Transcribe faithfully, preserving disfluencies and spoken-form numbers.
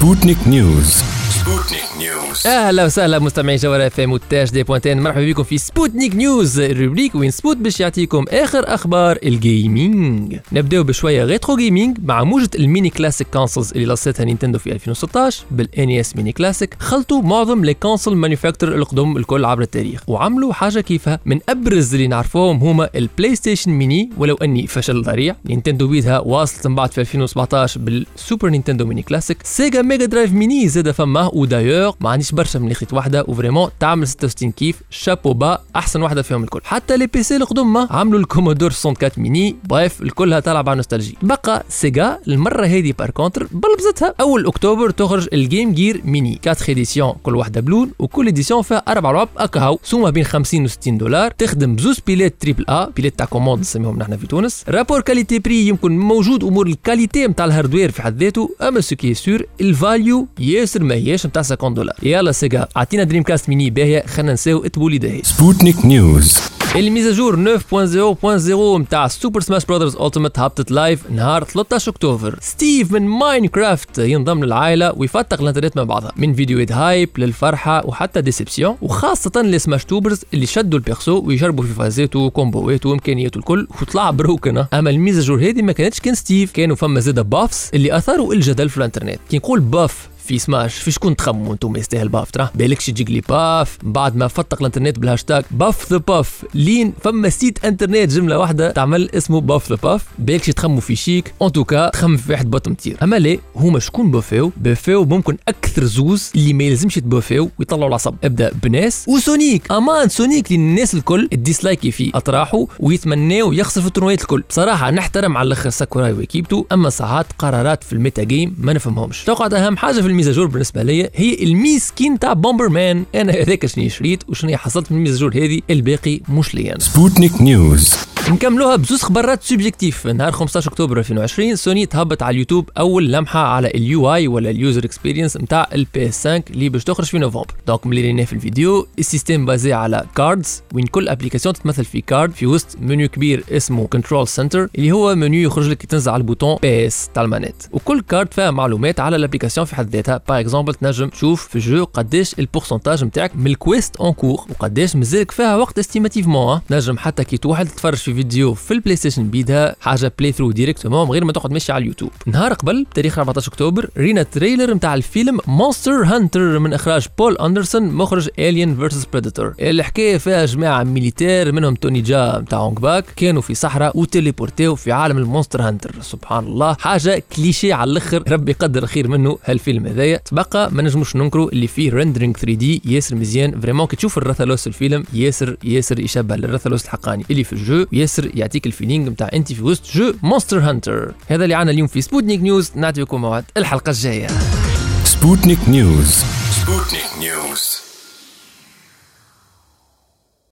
سبوتنيك نيوز. سبوتنيك نيوز. اهلا وسهلا مستمعي جوهرة اف ام والتاج دي بوانتين، مرحبا بكم في سبوتنيك نيوز، الروبريك وين سبوت باش يعطيكم اخر اخبار الجيمنج. نبداو بشويه ريترو جيمنج مع موجه الميني كلاسيك كونسولز اللي لصتها نينتندو في ألفين وستطاش بالان اس ميني كلاسيك. خلطوا معظم لي كونسول مانيفاكتور القدم الكل عبر التاريخ وعملوا حاجه كيفها. من ابرز اللي نعرفوهم هما البلاي ستيشن ميني، ولو اني فشل ذريع. نينتندو بيدها واصلت من بعد في ألفين وسبعطاش بالسوبر نينتندو ميني كلاسيك. سيجا ميجا درايف ميني زاد فما، ودايور ما عنديش برشا من خيط واحده وفريمون تعمل ستة وستين كيف، شابو با احسن واحده فيهم الكل. حتى لي بي سي القدم عملوا الكومودور ستة وستين ميني. بريف الكلها تلعب على نوستالجي. بقى سيجا المره هذه بار كونتر بلبزتها. اول اكتوبر تخرج الجيم جير ميني أربعة اديسيون، كل واحده بلون وكل اديسيون فيها اربع العاب اكاهو، سوما بين خمسين و ستين دولار. تخدم بزوز بيلات تريبل ا، بيلات تاع كوموند نسميهم نحن في تونس. رابور كاليتي بري يمكن موجود امور الكاليتي نتاع الهاردوير في حد ذاته، اما سوكي سور الفاليو ياسر ما هياش نتاع خمسين دولار. يلا سيجا اعطينا دريم كاست ميني باهيه، خلينا نساو اتبولي داهي. سبوتنيك نيوز. الميزاجور تسعة نقطة صفر متاع سوبر سماش برادرز ألتيميت هبطت لايف نهار ثلاثة عشر أكتوبر. ستيف من ماينكرافت ينضم للعائلة ويفتق الانترنت مع بعضها، من فيديوهات هايب للفرحة وحتى ديسبسيون، وخاصة لسماش توبرز اللي شدوا البيرسو ويجربوا في فازاته وكومبوات وامكانياته الكل وطلع بروكنه. اما الميزاجور هذه ما كانتش كان ستيف، كانوا فما زاده بافس اللي اثاروا الجدل في الانترنت. كي نقول باف في سماش في شكون تخموا انتم يستاهل باف؟ ترى بالكش جيجلي باف بعد ما فتق الانترنت بالهاشتاج باف ذا باف، لين فما سيت انترنت جمله واحده تعمل اسمه باف ذا باف. بالكش تخموا في شيك، ان توكا تخمم في واحد بطم تير. اما ليه هما شكون بافيو؟ بافيو ممكن اكثر زوز اللي ما يلزمش تبافيو ويطلعوا العصب. ابدا بناس وسونيك. امان سونيك اللي الناس الكل الديسلايك فيه اطراحه ويتمناو يخسر في التورنيات الكل. بصراحه نحترم على الاخر ساكوراي وكيبتو، اما ساعات قرارات في الميتا جيم ما نفهمهمش. تقعد اهم حاجه في الميزاجور بالنسبه لي هي الميسكين تاع بومبر مان. انا هذاك شنو شريت وشنو حصلت من الميزاجور هذه، الباقي مش ليان. سبوتنيك نيوز. نكملوها بزوز خبرات سوبجيكتيف. نهار خمسة عشر أكتوبر ألفين وعشرين سوني تهبط على اليوتيوب اول لمحه على اليو اي ولا اليوزر اكسبيرينس نتاع البي اس خمسة اللي باش تخرج في نوفمبر. دونك ملي رينا في الفيديو السيستم بازي على كاردز، وين كل ابليكاسيون تتمثل في كارد في وسط منيو كبير اسمه كنترول سنتر، اللي هو منيو يخرج لك تنزل على البوتون بي اس تاع المانيت، وكل كارد فيها معلومات على الابليكاسيون في حد ذاتها. باغ اكزومبل تنجم تشوف في الجو قداش البورسنتاج نتاعك من الكويست اون كور وقداش مازالك فيها وقت استيماتيفمون. نجم حتى كي توحد تتفرج في فيديو في البلاي ستيشن بيدها حاجه بلاي ثرو ديريكتومون من غير ما تقعد ماشي على اليوتيوب. نهار قبل بتاريخ أربعة عشر أكتوبر رينا تريلر نتاع الفيلم مونستر هانتر من اخراج بول اندرسون مخرج الين فيرسس بريداتور. الحكايه فيها جماعه ميليتير منهم توني جا نتاع هونغ باك كانوا في صحراء وتليبورتيو في عالم المونستر هانتر. سبحان الله حاجه كليشيه على الاخر، ربي يقدر خير منه هالفيلم هذايا. تبقى ما نجموش ننكروا اللي فيه ريندرينغ ثري دي ياسر مزيان، فريمون كي تشوف الرثلوس الفيلم ياسر ياسر يشبه للرثلوس الحقاني اللي في الجو، ياسر يعطيك الفيلينغ نتاع انت في وسط جو مونستر هانتر. هذا اللي عنا اليوم في سبوتنيك نيوز، نعطيكم موعد الحلقه الجايه. سبوتنيك نيوز. سبوتنيك نيوز.